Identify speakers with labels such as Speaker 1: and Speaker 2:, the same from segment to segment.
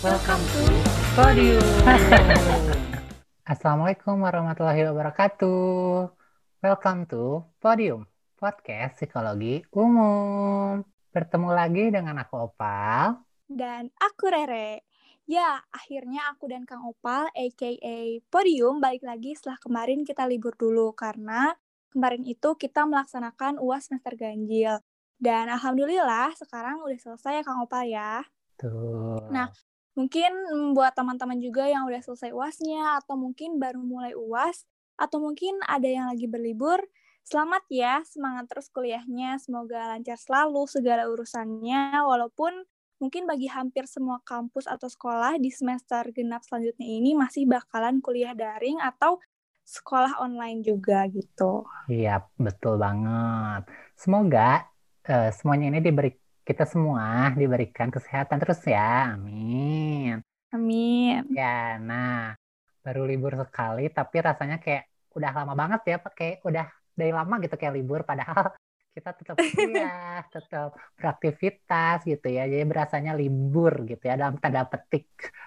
Speaker 1: Welcome to Podium.
Speaker 2: Assalamualaikum warahmatullahi wabarakatuh. Welcome to Podium, podcast psikologi umum. Bertemu lagi dengan aku Opal.
Speaker 1: Dan aku Rere. Ya, akhirnya aku dan Kang Opal, aka Podium, balik lagi setelah kemarin kita libur dulu. Karena kemarin itu kita melaksanakan UAS semester ganjil. Dan alhamdulillah sekarang udah selesai ya Kang Opal ya. Nah,
Speaker 2: Tuh.
Speaker 1: mungkin buat teman-teman juga yang udah selesai UASnya, atau mungkin baru mulai UAS, atau mungkin ada yang lagi berlibur, selamat ya, semangat terus kuliahnya, semoga lancar selalu segala urusannya, walaupun mungkin bagi hampir semua kampus atau sekolah di semester genap selanjutnya ini masih bakalan kuliah daring atau sekolah online juga gitu.
Speaker 2: Iya, betul banget. Semoga semuanya ini kita semua diberikan kesehatan terus ya. Amin.
Speaker 1: Amin.
Speaker 2: Ya, nah, baru libur sekali tapi rasanya kayak udah lama banget ya, kayak udah dari lama gitu kayak libur padahal kita tetap kuliah, tetap beraktivitas gitu ya. Jadi berasanya libur gitu ya dalam tanda petik.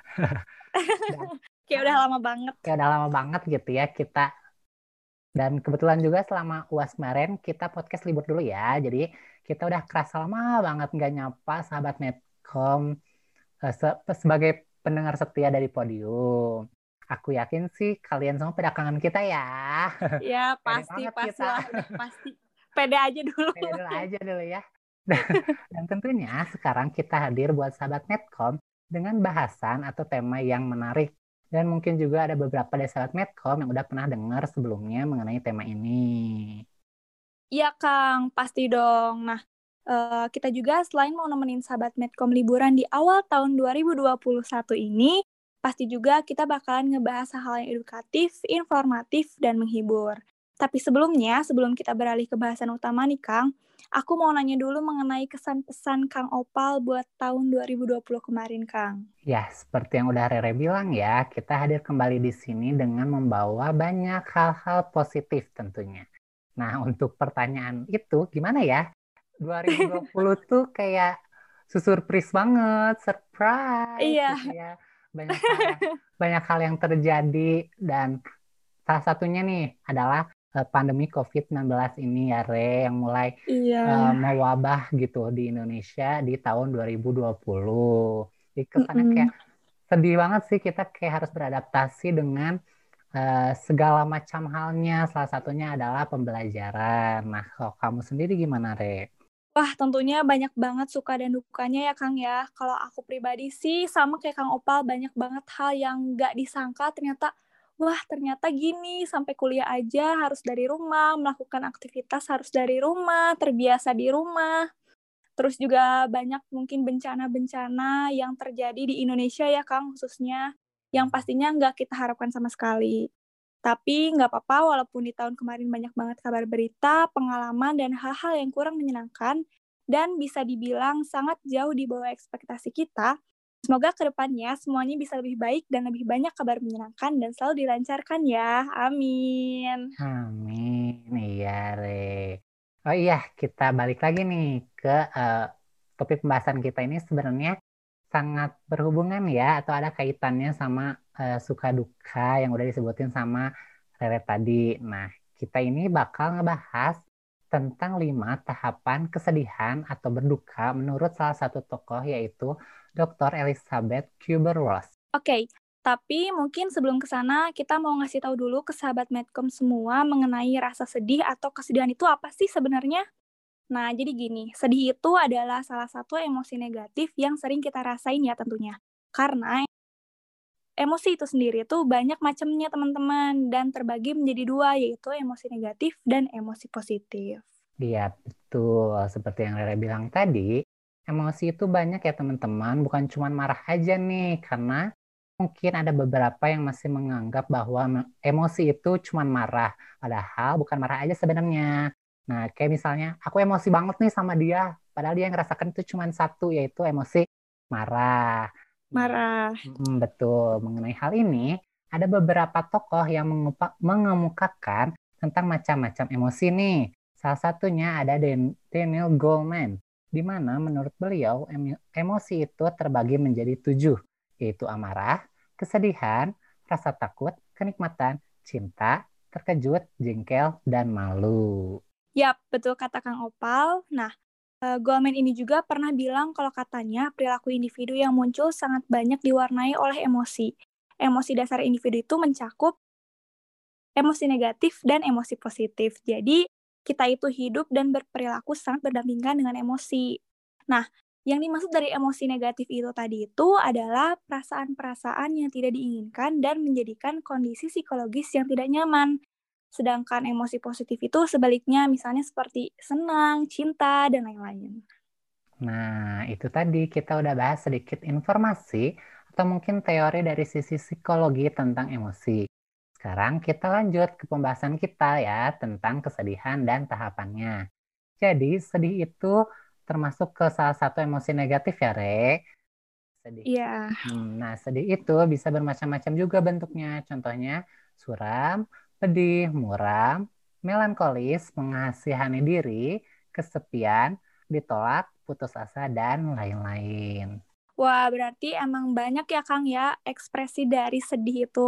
Speaker 2: Dan
Speaker 1: Kayak udah lama banget.
Speaker 2: kayak udah lama banget gitu ya kita. Dan kebetulan juga selama UAS kemarin kita podcast libur dulu ya. Jadi kita udah kerasa lama banget nggak nyapa sahabat Medcom sebagai pendengar setia dari Podium. Aku yakin sih kalian semua pada kangen kita ya.
Speaker 1: Ya,
Speaker 2: Pede
Speaker 1: pasti
Speaker 2: banget kita.
Speaker 1: lah, udah pasti. Pede aja dulu.
Speaker 2: Pede dulu aja dulu ya. Dan tentunya sekarang kita hadir buat sahabat Medcom dengan bahasan atau tema yang menarik. Dan mungkin juga ada beberapa dari sahabat Medcom yang udah pernah dengar sebelumnya mengenai tema ini.
Speaker 1: Iya, Kang, pasti dong. Nah, kita juga selain mau nemenin sahabat Medcom liburan di awal tahun 2021 ini, pasti juga kita bakalan ngebahas hal-hal yang edukatif, informatif, dan menghibur. Tapi sebelumnya, sebelum kita beralih ke bahasan utama nih, Kang, aku mau nanya dulu mengenai kesan pesan Kang Opal buat tahun 2020 kemarin, Kang.
Speaker 2: Ya, seperti yang udah Rere bilang ya, kita hadir kembali di sini dengan membawa banyak hal-hal positif tentunya. Nah, untuk pertanyaan itu gimana ya? 2020 tuh kayak surprise banget, surprise
Speaker 1: Iya.
Speaker 2: gitu ya. Banyak hal yang banyak hal yang terjadi dan salah satunya nih adalah pandemi COVID-19 ini ya Re yang mulai
Speaker 1: Iya.
Speaker 2: mewabah gitu di Indonesia di tahun 2020. Jadi kesannya kayak
Speaker 1: Mm-mm.
Speaker 2: sedih banget sih kita kayak harus beradaptasi dengan segala macam halnya. Salah satunya adalah pembelajaran. Nah, kalau kamu sendiri gimana, Re?
Speaker 1: Wah, tentunya banyak banget suka dan dukanya ya, Kang ya. Kalau aku pribadi sih sama kayak Kang Opal, banyak banget hal yang nggak disangka ternyata, wah ternyata gini, sampai kuliah aja harus dari rumah, melakukan aktivitas harus dari rumah, terbiasa di rumah. Terus juga banyak mungkin bencana-bencana yang terjadi di Indonesia ya, Kang, khususnya, yang pastinya nggak kita harapkan sama sekali. Tapi nggak apa-apa, walaupun di tahun kemarin banyak banget kabar berita, pengalaman, dan hal-hal yang kurang menyenangkan, dan bisa dibilang sangat jauh di bawah ekspektasi kita, semoga kedepannya semuanya bisa lebih baik dan lebih banyak kabar menyenangkan dan selalu dilancarkan ya. Amin.
Speaker 2: Amin, iya, Re. Oh iya, kita balik lagi nih ke eh, topik pembahasan kita ini sebenarnya sangat berhubungan ya, atau ada kaitannya sama suka duka yang udah disebutin sama Rere tadi. Nah, kita ini bakal ngebahas tentang 5 tahapan kesedihan atau berduka menurut salah satu tokoh yaitu Dr. Elizabeth Kubler-Ross.
Speaker 1: Oke, tapi mungkin sebelum ke sana, kita mau ngasih tahu dulu ke sahabat Medcom semua mengenai rasa sedih atau kesedihan itu apa sih sebenarnya? Nah, jadi gini, sedih itu adalah salah satu emosi negatif yang sering kita rasain ya tentunya. Karena emosi itu sendiri tuh banyak macamnya teman-teman, dan terbagi menjadi dua, yaitu emosi negatif dan emosi positif.
Speaker 2: Iya, betul. Seperti yang Rere bilang tadi, emosi itu banyak ya teman-teman, bukan cuma marah aja nih, karena mungkin ada beberapa yang masih menganggap bahwa emosi itu cuma marah, padahal bukan marah aja sebenarnya. Nah, kayak misalnya, aku emosi banget nih sama dia, padahal dia yang ngerasakan itu cuma satu, yaitu emosi marah. Nah,
Speaker 1: Marah.
Speaker 2: betul. Mengenai hal ini, ada beberapa tokoh yang mengemukakan tentang macam-macam emosi nih. Salah satunya ada Daniel Goleman, di mana menurut beliau emosi itu terbagi menjadi 7, yaitu amarah, kesedihan, rasa takut, kenikmatan, cinta, terkejut, jengkel, dan malu.
Speaker 1: Yap, betul kata Kang Opal. Nah, Goldman ini juga pernah bilang kalau katanya perilaku individu yang muncul sangat banyak diwarnai oleh emosi. Emosi dasar individu itu mencakup emosi negatif dan emosi positif. Jadi, kita itu hidup dan berperilaku sangat berdampingan dengan emosi. Nah, yang dimaksud dari emosi negatif itu tadi itu adalah perasaan-perasaan yang tidak diinginkan dan menjadikan kondisi psikologis yang tidak nyaman. Sedangkan emosi positif itu sebaliknya, misalnya seperti senang, cinta, dan lain-lain.
Speaker 2: Nah, itu tadi kita udah bahas sedikit informasi atau mungkin teori dari sisi psikologi tentang emosi. Sekarang kita lanjut ke pembahasan kita ya tentang kesedihan dan tahapannya. Jadi, sedih itu termasuk ke salah satu emosi negatif ya, Re. Sedih.
Speaker 1: Iya.
Speaker 2: Nah, sedih itu bisa bermacam-macam juga bentuknya. Contohnya suram, pedih, muram, melankolis, mengasihani diri, kesepian, ditolak, putus asa, dan lain-lain.
Speaker 1: Wah, berarti emang banyak ya Kang ya ekspresi dari sedih itu.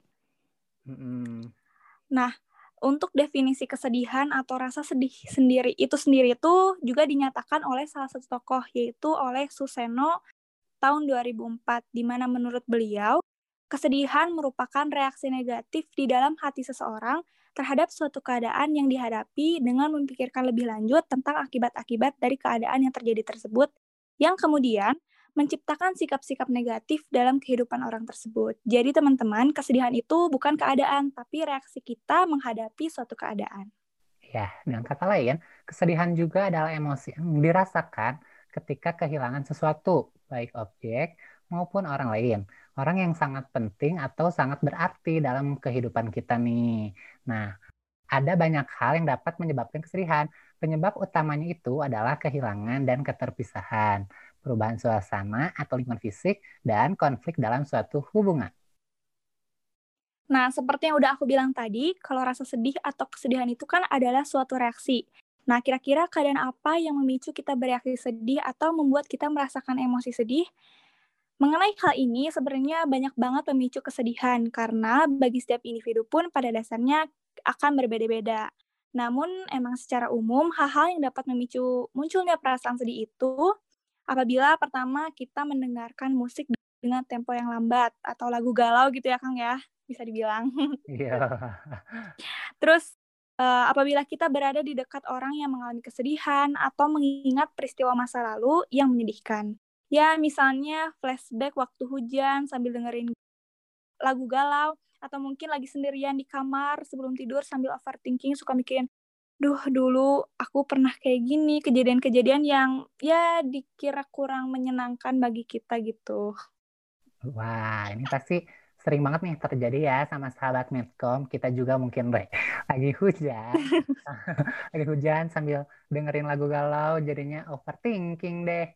Speaker 2: Mm-mm.
Speaker 1: Nah, untuk definisi kesedihan atau rasa sedih sendiri itu juga dinyatakan oleh salah satu tokoh, yaitu oleh Suseno tahun 2004, di mana menurut beliau, kesedihan merupakan reaksi negatif di dalam hati seseorang terhadap suatu keadaan yang dihadapi dengan memikirkan lebih lanjut tentang akibat-akibat dari keadaan yang terjadi tersebut, yang kemudian menciptakan sikap-sikap negatif dalam kehidupan orang tersebut. Jadi teman-teman, kesedihan itu bukan keadaan, tapi reaksi kita menghadapi suatu keadaan.
Speaker 2: Ya, dengan kata lain, kesedihan juga adalah emosi yang dirasakan ketika kehilangan sesuatu, baik objek maupun orang lain. Orang yang sangat penting atau sangat berarti dalam kehidupan kita nih. Nah, ada banyak hal yang dapat menyebabkan kesedihan. Penyebab utamanya itu adalah kehilangan dan keterpisahan, perubahan suasana atau lingkungan fisik, dan konflik dalam suatu hubungan.
Speaker 1: Nah, seperti yang udah aku bilang tadi, kalau rasa sedih atau kesedihan itu kan adalah suatu reaksi. Nah, kira-kira keadaan apa yang memicu kita bereaksi sedih atau membuat kita merasakan emosi sedih? Mengenai hal ini, sebenarnya banyak banget pemicu kesedihan, karena bagi setiap individu pun pada dasarnya akan berbeda-beda. Namun, emang secara umum, hal-hal yang dapat memicu munculnya perasaan sedih itu, apabila pertama kita mendengarkan musik dengan tempo yang lambat, atau lagu galau gitu ya Kang ya, bisa dibilang.
Speaker 2: Iya.
Speaker 1: Terus, apabila kita berada di dekat orang yang mengalami kesedihan atau mengingat peristiwa masa lalu yang menyedihkan. Ya, misalnya flashback waktu hujan sambil dengerin lagu galau, atau mungkin lagi sendirian di kamar sebelum tidur sambil overthinking suka mikirin, "Duh, dulu aku pernah kayak gini," kejadian-kejadian yang ya dikira kurang menyenangkan bagi kita gitu.
Speaker 2: Wah, ini pasti sering banget nih terjadi ya sama sahabat Medcom. Kita juga mungkin lagi hujan, lagi hujan sambil dengerin lagu galau, jadinya overthinking deh.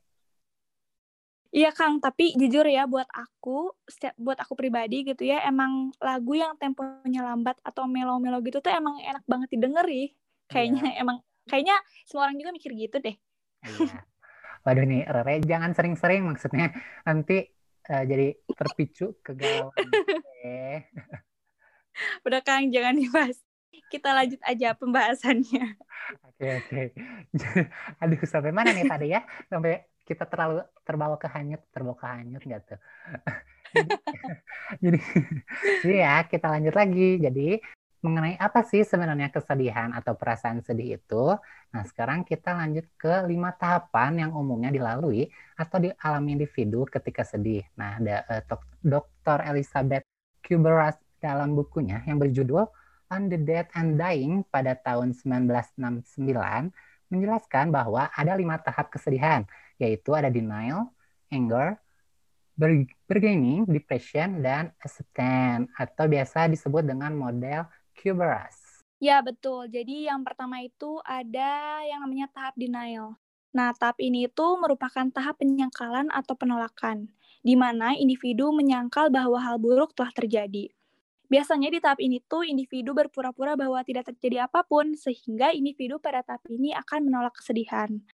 Speaker 1: Iya Kang, tapi jujur ya buat aku pribadi gitu ya, emang lagu yang temponya lambat atau melo-melo gitu tuh emang enak banget didengeri. Kayaknya
Speaker 2: Iya,
Speaker 1: kayaknya semua orang juga mikir gitu deh.
Speaker 2: iya. Waduh nih, Rere jangan sering-sering maksudnya nanti jadi terpicu kegalauan. Oke,
Speaker 1: Udah Kang, jangan dibahas. Kita lanjut aja pembahasannya.
Speaker 2: oke, oke. Aduh, sampai mana nih tadi ya? Sampai kita terlalu terbawa ke hanyut nggak tuh? Jadi, jadi, jadi ya kita lanjut lagi. Jadi mengenai apa sih sebenarnya kesedihan atau perasaan sedih itu? Nah sekarang kita lanjut ke 5 tahapan yang umumnya dilalui atau dialami individu ketika sedih. Nah ada Dr. Elizabeth Kubler-Ross dalam bukunya yang berjudul On the Dead and Dying pada tahun 1969 menjelaskan bahwa ada 5 tahap kesedihan, yaitu ada denial, anger, bargaining, depression, dan acceptance, atau biasa disebut dengan model Kubler-Ross.
Speaker 1: Ya, betul. Jadi yang pertama itu ada yang namanya tahap denial. Nah, tahap ini itu merupakan tahap penyangkalan atau penolakan, di mana individu menyangkal bahwa hal buruk telah terjadi. Biasanya di tahap ini tuh individu berpura-pura bahwa tidak terjadi apapun, sehingga individu pada tahap ini akan menolak kesedihan.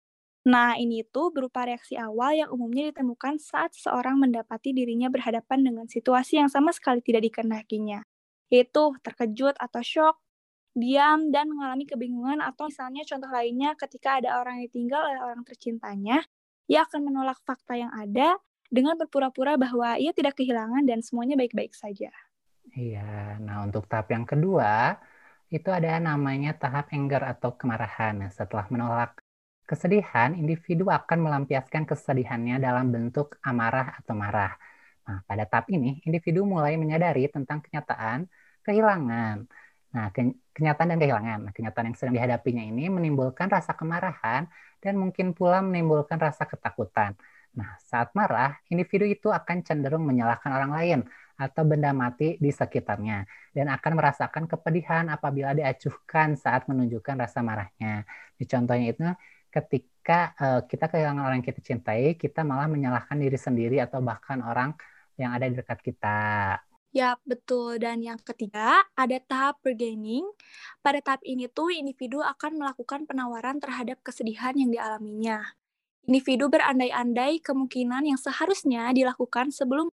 Speaker 1: Nah, ini tuh berupa reaksi awal yang umumnya ditemukan saat seseorang mendapati dirinya berhadapan dengan situasi yang sama sekali tidak dikehendakinya, yaitu terkejut atau shock, diam, dan mengalami kebingungan, atau misalnya contoh lainnya ketika ada orang yang ditinggal oleh orang tercintanya, ia akan menolak fakta yang ada dengan berpura-pura bahwa ia tidak kehilangan dan semuanya baik-baik saja.
Speaker 2: Iya, nah untuk tahap yang kedua, itu ada namanya tahap anger atau kemarahan. Nah, setelah menolak kesedihan, individu akan melampiaskan kesedihannya dalam bentuk amarah atau marah. Nah, pada tahap ini, individu mulai menyadari tentang kenyataan kehilangan. Nah, kenyataan dan kehilangan. Nah, kenyataan yang sedang dihadapinya ini menimbulkan rasa kemarahan dan mungkin pula menimbulkan rasa ketakutan. Nah, saat marah, individu itu akan cenderung menyalahkan orang lain atau benda mati di sekitarnya dan akan merasakan kepedihan apabila diacuhkan saat menunjukkan rasa marahnya. Di contohnya itu ketika kita kehilangan orang yang kita cintai, kita malah menyalahkan diri sendiri atau bahkan orang yang ada di dekat kita.
Speaker 1: Ya, betul. Dan yang ketiga, ada tahap bargaining. Pada tahap ini tuh individu akan melakukan penawaran terhadap kesedihan yang dialaminya. Individu berandai-andai kemungkinan yang seharusnya dilakukan sebelum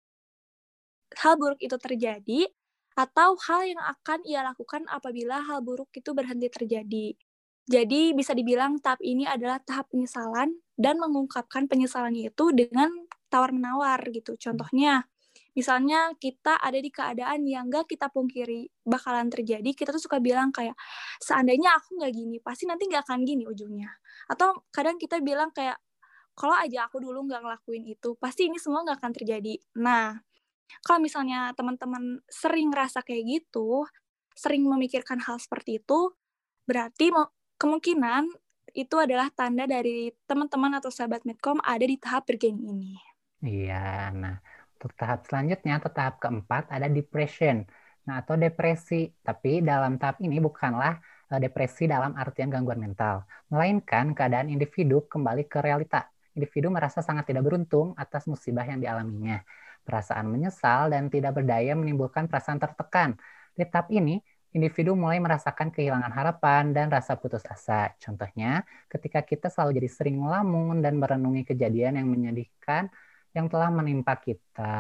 Speaker 1: hal buruk itu terjadi, atau hal yang akan ia lakukan apabila hal buruk itu berhenti terjadi. Jadi bisa dibilang tahap ini adalah tahap penyesalan dan mengungkapkan penyesalannya itu dengan tawar-menawar gitu. Contohnya, misalnya kita ada di keadaan yang gak kita pungkiri bakalan terjadi, kita tuh suka bilang kayak, seandainya aku gak gini, pasti nanti gak akan gini ujungnya. Atau kadang kita bilang kayak, kalau aja aku dulu gak ngelakuin itu, pasti ini semua gak akan terjadi. Nah, kalau misalnya teman-teman sering ngerasa kayak gitu, sering memikirkan hal seperti itu, berarti kemungkinan itu adalah tanda dari teman-teman atau sahabat Medcom ada di tahap bergaining ini.
Speaker 2: Iya, nah untuk tahap selanjutnya atau tahap keempat ada depression, nah atau depresi. Tapi dalam tahap ini bukanlah depresi dalam artian gangguan mental, melainkan keadaan individu kembali ke realita. Individu merasa sangat tidak beruntung atas musibah yang dialaminya. Perasaan menyesal dan tidak berdaya menimbulkan perasaan tertekan. Di tahap ini, individu mulai merasakan kehilangan harapan dan rasa putus asa. Contohnya, ketika kita selalu jadi sering melamun dan merenungi kejadian yang menyedihkan yang telah menimpa kita.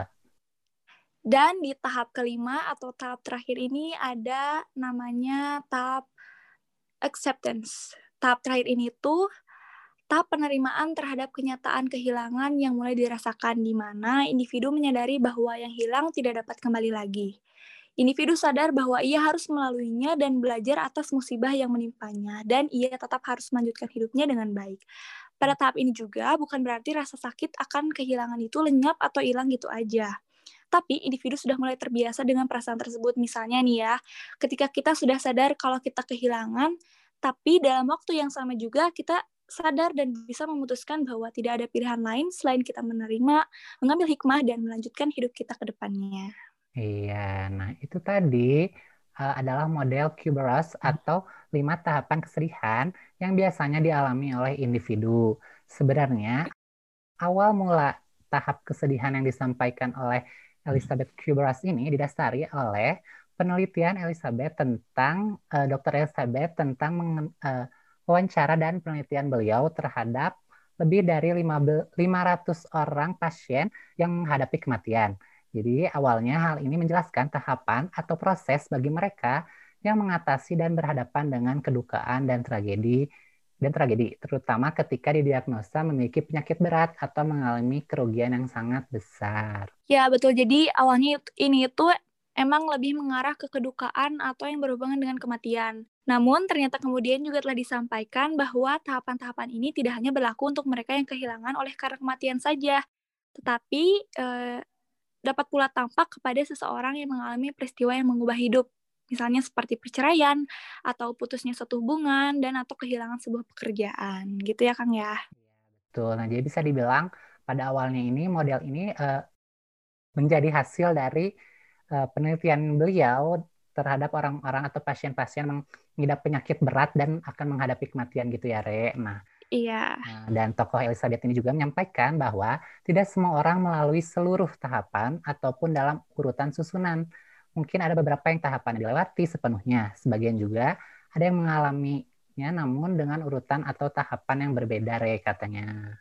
Speaker 1: Dan di tahap kelima atau tahap terakhir ini ada namanya tahap acceptance. Tahap terakhir ini tuh tahap penerimaan terhadap kenyataan kehilangan yang mulai dirasakan, di mana individu menyadari bahwa yang hilang tidak dapat kembali lagi. Individu sadar bahwa ia harus melaluinya dan belajar atas musibah yang menimpanya, dan ia tetap harus melanjutkan hidupnya dengan baik. Pada tahap ini juga bukan berarti rasa sakit akan kehilangan itu lenyap atau hilang gitu aja. Tapi individu sudah mulai terbiasa dengan perasaan tersebut. Misalnya nih ya, ketika kita sudah sadar kalau kita kehilangan, tapi dalam waktu yang sama juga kita sadar dan bisa memutuskan bahwa tidak ada pilihan lain selain kita menerima, mengambil hikmah, dan melanjutkan hidup kita ke depannya.
Speaker 2: Iya, nah itu tadi adalah model Kubler-Ross atau 5 tahapan kesedihan yang biasanya dialami oleh individu. Sebenarnya awal mula tahap kesedihan yang disampaikan oleh Elizabeth Kubler-Ross ini didasari oleh penelitian Elizabeth tentang Dr. Elizabeth tentang wawancara dan penelitian beliau terhadap lebih dari 500 orang pasien yang menghadapi kematian. Jadi awalnya hal ini menjelaskan tahapan atau proses bagi mereka yang mengatasi dan berhadapan dengan kedukaan dan tragedi, terutama ketika didiagnosa memiliki penyakit berat atau mengalami kerugian yang sangat besar.
Speaker 1: Ya, betul. Jadi awalnya ini itu emang lebih mengarah ke kedukaan atau yang berhubungan dengan kematian. Namun, ternyata kemudian juga telah disampaikan bahwa tahapan-tahapan ini tidak hanya berlaku untuk mereka yang kehilangan oleh karena kematian saja, tetapi dapat pula tampak kepada seseorang yang mengalami peristiwa yang mengubah hidup, misalnya seperti perceraian, atau putusnya suatu hubungan, dan atau kehilangan sebuah pekerjaan. Gitu ya, Kang ya?
Speaker 2: Betul. Nah, jadi bisa dibilang pada awalnya ini model ini menjadi hasil dari penelitian beliau terhadap orang-orang atau pasien-pasien mengidap penyakit berat dan akan menghadapi kematian gitu ya, Re. Nah,
Speaker 1: Iya.
Speaker 2: dan tokoh Elizabeth ini juga menyampaikan bahwa tidak semua orang melalui seluruh tahapan ataupun dalam urutan susunan. Mungkin ada beberapa yang tahapan dilewati sepenuhnya. Sebagian juga ada yang mengalami selanjutnya, namun dengan urutan atau tahapan yang berbeda, Re, katanya.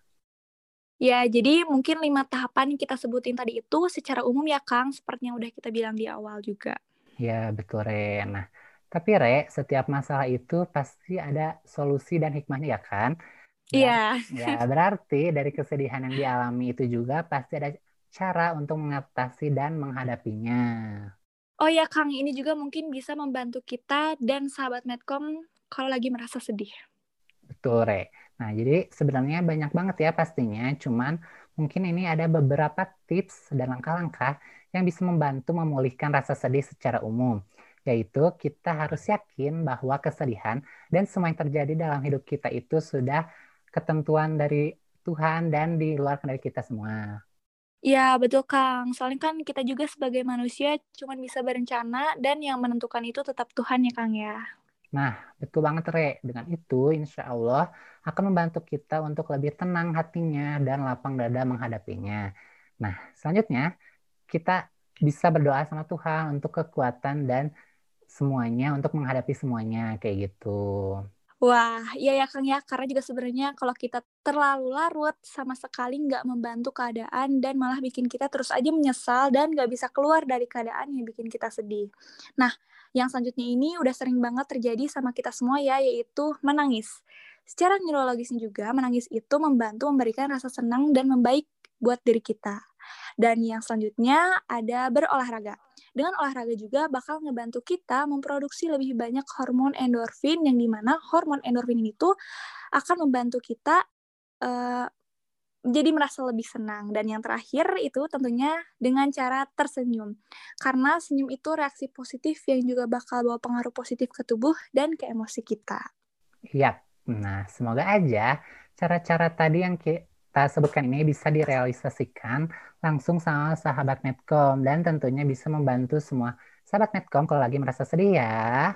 Speaker 1: Ya, jadi mungkin 5 tahapan yang kita sebutin tadi itu secara umum ya, Kang, seperti yang udah kita bilang di awal juga.
Speaker 2: Ya, betul, Re. Nah, tapi Re, setiap masalah itu pasti ada solusi dan hikmahnya ya kan?
Speaker 1: Iya.
Speaker 2: Berarti dari kesedihan yang dialami itu juga pasti ada cara untuk mengatasi dan menghadapinya.
Speaker 1: Oh ya, Kang, ini juga mungkin bisa membantu kita dan sahabat Medcom kalau lagi merasa sedih.
Speaker 2: Betul, Re. Nah, jadi sebenarnya banyak banget ya pastinya, cuman mungkin ini ada beberapa tips dan langkah-langkah yang bisa membantu memulihkan rasa sedih secara umum. Yaitu kita harus yakin bahwa kesedihan dan semua yang terjadi dalam hidup kita itu sudah ketentuan dari Tuhan dan di luar kendali kita semua.
Speaker 1: Ya, betul, Kang. Soalnya kan kita juga sebagai manusia cuma bisa berencana dan yang menentukan itu tetap Tuhan ya, Kang ya.
Speaker 2: Nah, betul banget, Re. Dengan itu, insya Allah akan membantu kita untuk lebih tenang hatinya dan lapang dada menghadapinya. Nah, selanjutnya kita bisa berdoa sama Tuhan untuk kekuatan dan semuanya, untuk menghadapi semuanya, kayak gitu.
Speaker 1: Wah, iya ya Kang ya, karena juga sebenarnya kalau kita terlalu larut sama sekali nggak membantu keadaan dan malah bikin kita terus aja menyesal dan nggak bisa keluar dari keadaan yang bikin kita sedih. Nah, yang selanjutnya ini udah sering banget terjadi sama kita semua ya, yaitu menangis. Secara neurologisnya juga, menangis itu membantu memberikan rasa senang dan membaik buat diri kita. Dan yang selanjutnya ada berolahraga. Dengan olahraga juga bakal ngebantu kita memproduksi lebih banyak hormon endorfin yang dimana hormon endorfin ini tuh akan membantu kita uh, jadi merasa lebih senang. Dan yang terakhir itu tentunya dengan cara tersenyum. Karena senyum itu reaksi positif yang juga bakal bawa pengaruh positif ke tubuh dan ke emosi kita.
Speaker 2: Iya. Nah, semoga aja cara-cara tadi yang kita sebutkan ini bisa direalisasikan langsung sama sahabat Medcom dan tentunya bisa membantu semua sahabat Medcom kalau lagi merasa sedih ya.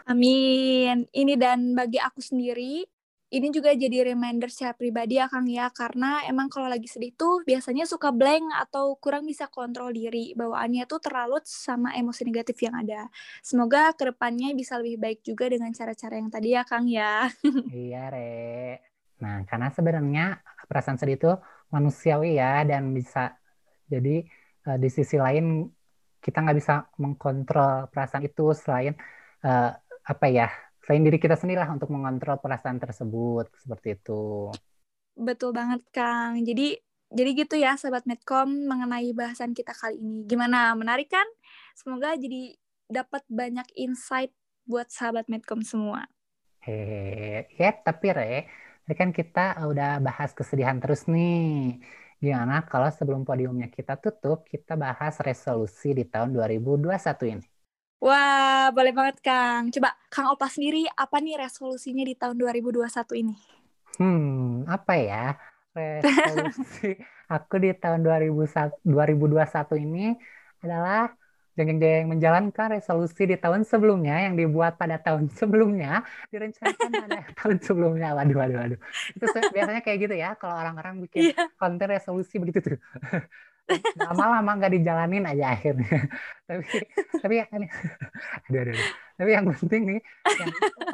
Speaker 1: Amin. Ini dan bagi aku sendiri, ini juga jadi reminder secara pribadi ya Kang ya, karena emang kalau lagi sedih tuh biasanya suka blank atau kurang bisa kontrol diri, bawaannya tuh terlalu sama emosi negatif yang ada. Semoga kedepannya bisa lebih baik juga dengan cara-cara yang tadi ya Kang ya.
Speaker 2: Iya, Re. Nah, karena sebenarnya perasaan sedih itu manusiawi ya dan bisa jadi di sisi lain kita nggak bisa mengkontrol perasaan itu selain eh, apa ya, selain diri kita sendiri lah untuk mengontrol perasaan tersebut seperti itu.
Speaker 1: Betul banget Kang. Jadi gitu ya sahabat Medcom mengenai bahasan kita kali ini. Gimana? Menarik kan? Semoga jadi dapat banyak insight buat sahabat Medcom semua.
Speaker 2: Ya, tapi Re, tadi kan kita udah bahas kesedihan terus nih. Gimana kalau sebelum podiumnya kita tutup, kita bahas resolusi di tahun 2021 ini?
Speaker 1: Wah, boleh banget Kang. Coba Kang Opa sendiri apa nih resolusinya di tahun 2021 ini?
Speaker 2: Apa ya? Resolusi aku di tahun 2021 ini adalah jeng-jeng menjalankan resolusi di tahun sebelumnya yang dibuat pada tahun sebelumnya, direncanakan pada tahun sebelumnya. Waduh, waduh, waduh. Itu biasanya kayak gitu ya, kalau orang-orang bikin
Speaker 1: Iya.
Speaker 2: konten resolusi begitu tuh. Lama-lama nggak dijalanin aja akhirnya. Tapi, tapi ini, aduh, aduh, aduh. Tapi yang penting nih, yang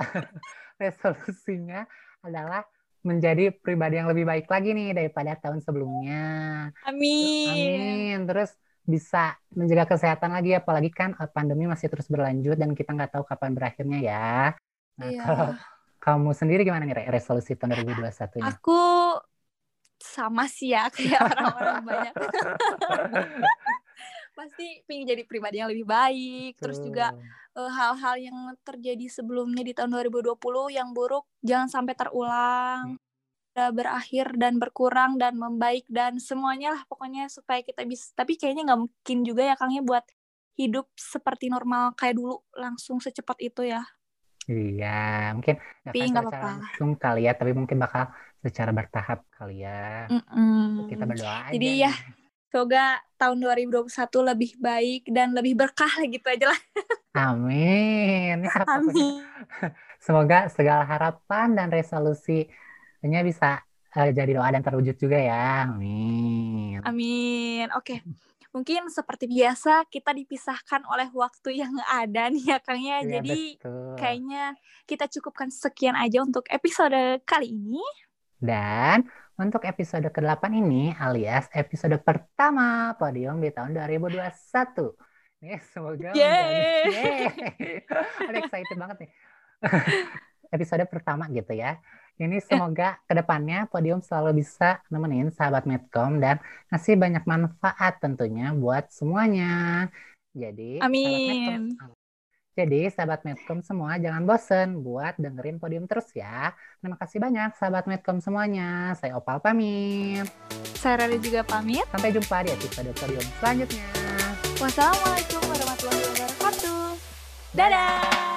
Speaker 2: resolusinya adalah menjadi pribadi yang lebih baik lagi nih daripada tahun sebelumnya.
Speaker 1: Amin.
Speaker 2: Amin. Terus bisa menjaga kesehatan lagi, apalagi kan pandemi masih terus berlanjut dan kita nggak tahu kapan berakhirnya ya. Nah, kalau
Speaker 1: Iya.
Speaker 2: kamu sendiri gimana nih, resolusi tahun 2021-nya?
Speaker 1: Aku sama sih ya kayak orang-orang banyak. Pasti pengen jadi pribadi yang lebih baik. Terus juga
Speaker 2: Tuh.
Speaker 1: hal-hal yang terjadi sebelumnya di tahun 2020 yang buruk jangan sampai terulang. Udah berakhir dan berkurang dan membaik dan semuanya lah pokoknya supaya kita bisa. Tapi kayaknya nggak mungkin juga ya Kang ya buat hidup seperti normal kayak dulu langsung secepat itu ya.
Speaker 2: Iya, mungkin nggak
Speaker 1: Tapi
Speaker 2: akan
Speaker 1: nggak
Speaker 2: secara
Speaker 1: apa-apa.
Speaker 2: langsung kali ya, tapi mungkin bakal secara bertahap kali ya. Kita
Speaker 1: Mm-mm.
Speaker 2: berdoa
Speaker 1: Jadi
Speaker 2: aja
Speaker 1: ya
Speaker 2: nih.
Speaker 1: semoga tahun 2021 lebih baik dan lebih berkah lah gitu aja lah.
Speaker 2: Amin. Ya, pokoknya
Speaker 1: Amin.
Speaker 2: semoga segala harapan dan resolusinya bisa jadi doa dan terwujud juga ya. Amin.
Speaker 1: Amin. Oke. Mungkin seperti biasa kita dipisahkan oleh waktu yang ada nih ya Kang ya.
Speaker 2: Iya,
Speaker 1: Jadi
Speaker 2: betul.
Speaker 1: kayaknya kita cukupkan sekian aja untuk episode kali ini.
Speaker 2: Dan untuk episode ke-8 ini alias episode pertama Podium di tahun 2021. Nih, semoga menjadi
Speaker 1: Yeay!
Speaker 2: Ada excited banget nih. Episode pertama gitu ya. Ini semoga kedepannya Podium selalu bisa nemenin sahabat Medcom dan ngasih banyak manfaat tentunya buat semuanya. Jadi, sahabat Medcom,
Speaker 1: Amin.
Speaker 2: sahabat Medcom semua jangan bosen buat dengerin Podium terus ya. Terima kasih banyak sahabat Medcom semuanya. Saya Opal pamit.
Speaker 1: Saya Rari juga pamit.
Speaker 2: Sampai jumpa di episode Podium selanjutnya.
Speaker 1: Wassalamualaikum warahmatullahi wabarakatuh. Dadah!